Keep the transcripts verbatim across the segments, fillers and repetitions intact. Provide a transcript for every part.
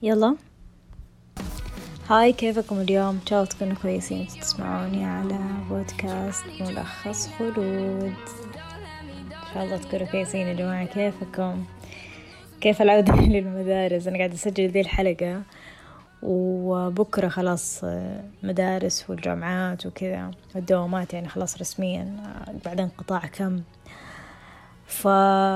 يلا. هاي، كيفكم اليوم؟ إن شاء الله تكونوا كويسين. تسمعوني على بودكاست ملخص خلود. إن شاء الله تكونوا كويسين يا جماعة. كيفكم؟ كيف العودة للمدارس؟ أنا قاعدة أسجل ذي الحلقة وبكرة خلاص مدارس والجامعات وكذا والدوامات، يعني خلاص رسميا بعد انقطاع كم. ف...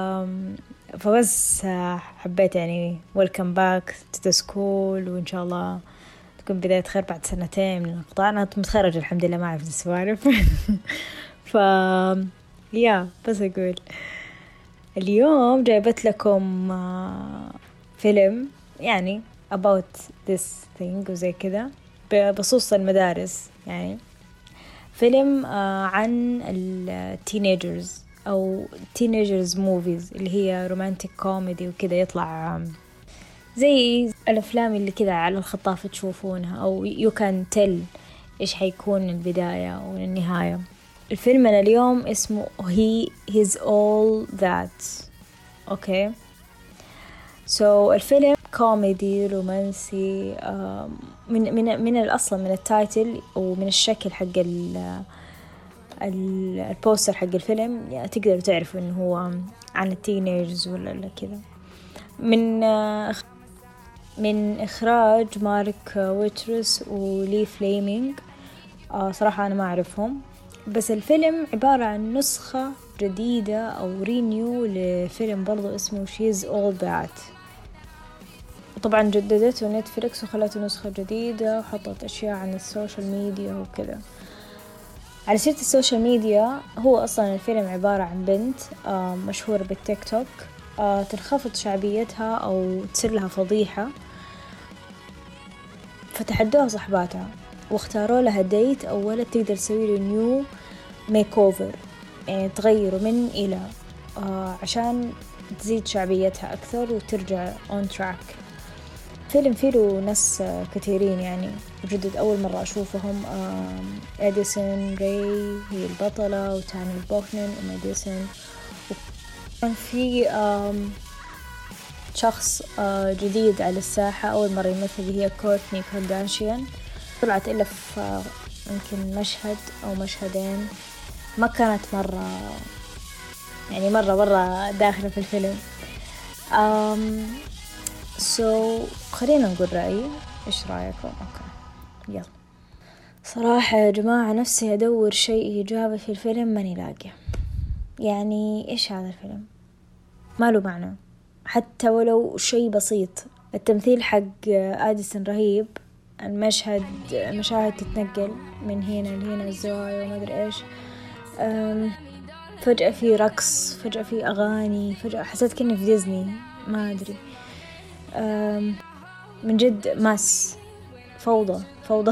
فبس حبيت يعني welcome back to the school، وإن شاء الله تكون بداية خير بعد سنتين من الانقطاع. أنا متخرجة الحمد لله، ما أعرف السوالف. ف يا بس أقول اليوم جايبت لكم فيلم يعني about this thing وزي كذا بخصوص المدارس، يعني فيلم عن التينيجرز أو teenagers movies اللي هي رومانتيك كوميدي وكذا، يطلع زي الأفلام اللي كذا على الخطاف تشوفونها، أو you can tell إيش حيكون البداية والنهاية. الفيلم أنا اليوم اسمه he he's all that. أوكي، so الفيلم كوميدي رومانسي. من من من الأصل من التايتل ومن الشكل حق ال البوستر حق الفيلم، يعني تقدروا تعرفوا إنه هو عن التينيجرز ولا كذا. من من إخراج مارك ويترس ولي فليمينج. آه صراحة أنا ما أعرفهم، بس الفيلم عبارة عن نسخة جديدة أو رينيو لفيلم برضو اسمه She's All That. طبعا جددته نتفليكس وخلته نسخة جديدة وحطت أشياء عن السوشيال ميديا وكذا. على سيرة السوشيال ميديا، هو أصلا الفيلم عبارة عن بنت آه مشهورة بالتيك توك، آه تنخفض شعبيتها أو تصير لها فضيحة، فتحدوها صحباتها واختاروا لها ديت أو ولد تقدر تسوي له نيو ميك أوفر، يعني تغيره من إلى آه عشان تزيد شعبيتها أكثر وترجع on track. فيلم فيه له ناس كثيرين يعني بجدد أول مرة أشوفهم. إديسون راي هي البطلة، وتاني بوكنن وماديسون. وكان في شخص جديد على الساحة أول مرة يمثل، هي كورتني كارداشيان. طلعت إلا في يمكن مشهد أو مشهدين، ما كانت مرة يعني مرة مرة داخلة في الفيلم. أم سو so, خلينا نقول رأيي. إيش رأيكم؟ أوكي يلا. صراحة يا جماعة نفسي أدور شيء إيجابي في الفيلم ماني لاقي. يعني إيش هذا الفيلم؟ ما له معنى حتى ولو شيء بسيط. التمثيل حق آديسون رهيب، المشهد مشاهد تتنقل من هنا لهنا الزوايا وما أدري إيش. فجأة في رقص، فجأة في أغاني، فجأة حسيت كأني في ديزني، ما أدري. من جد ماس فوضى فوضى.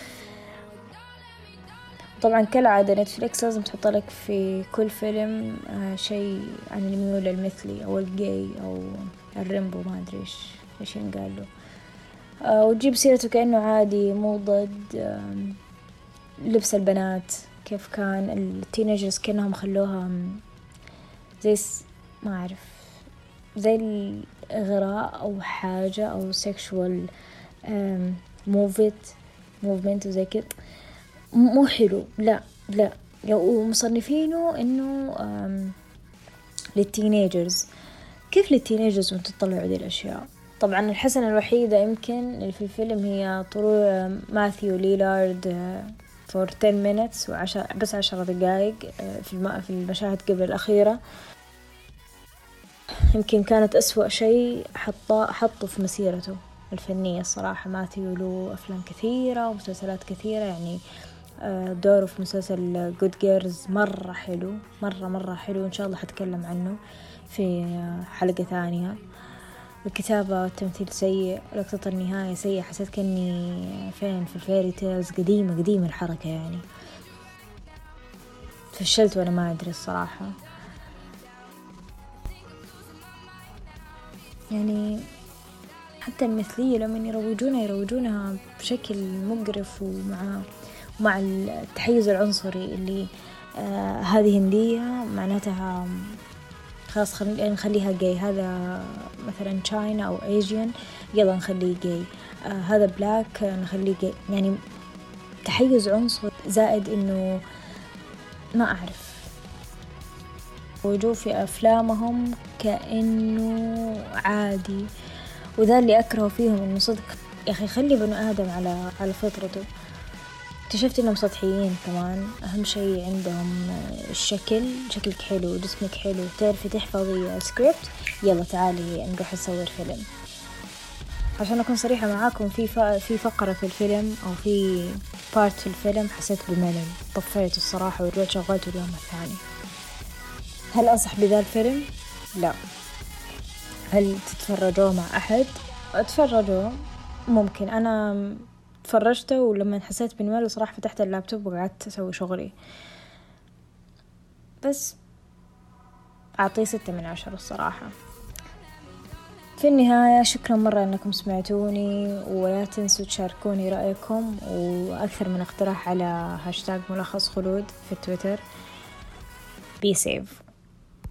طبعا كالعادة نتفليكس لازم تحط لك في كل فيلم شيء عن الميول المثلي أو الجاي أو الريمبو، ما أدري إيش إيش ينقال له، وتجيب سيرته كأنه عادي مو ضد. لبس البنات كيف كان التينيجرز كأنهم خلوها زي ما أعرف زي الإغراء أو حاجة أو سيكشوال موفيت موفمنت وزي كده، مو حلو. لا لا ومصنفينه إنه للتينيجرز. كيف للتينيجرز وانتو تطلعوا هذه الأشياء؟ طبعا الحسنة الوحيدة يمكن اللي في الفيلم هي طلوع ماثيو ليلارد for ten minutes وعشر بس عشر دقائق في الم... في المشاهد قبل الأخيرة. يمكن كانت أسوأ شيء حطه حطه في مسيرته الفنية الصراحة. ماثيو له أفلام كثيرة ومسلسلات كثيرة، يعني دوره في مسلسل Good Girls مرة حلو، مرة مرة حلو، إن شاء الله حتكلم عنه في حلقة ثانية. الكتابة والتمثيل سيء، لقطة النهاية سيء، حسيت كأني فين في الفيري تيلز قديمة قديمة الحركة، يعني فشلت وأنا ما أدري الصراحة. يعني حتى المثلية لما يروجونها يروجونها بشكل مقرف، ومع مع التحيز العنصري اللي آه هذه هندية معناتها خلاص خلينا نخليها جاي، هذا مثلا تشاينا أو أيجين يلا نخليه جاي، آه هذا بلاك نخليه جاي. يعني تحيز عنصر، زائد إنه ما أعرف وجوه في أفلامهم كأنه عادي. وذا اللي أكره فيهم، إنه صدق يا أخي خلي بنو آدم على على فطرته. اكتشفت إنهم سطحيين كمان. أهم شيء عندهم الشكل، شكلك حلو، جسمك حلو، تعرفي تحفظي سكريبت، يلا تعالي نروح نصور فيلم. عشان أكون صريحة معاكم، في في فقرة في الفيلم أو في بارت في الفيلم حسيت بملل، طفيت الصراحة والرجعت شغلته اليوم الثاني. هل أنصح بذا الفيلم؟ لا. هل تتفرجوه مع أحد؟ اتفرجوه ممكن. أنا تفرجته ولما حسيت بالملل صراحة فتحت اللابتوب وقعدت أسوي شغلي. بس أعطيه ستة من عشرة الصراحة. في النهاية شكرا مرة أنكم سمعتوني، ولا تنسوا تشاركوني رأيكم وأكثر من اقتراح على هاشتاج ملخص خلود في تويتر. Be safe.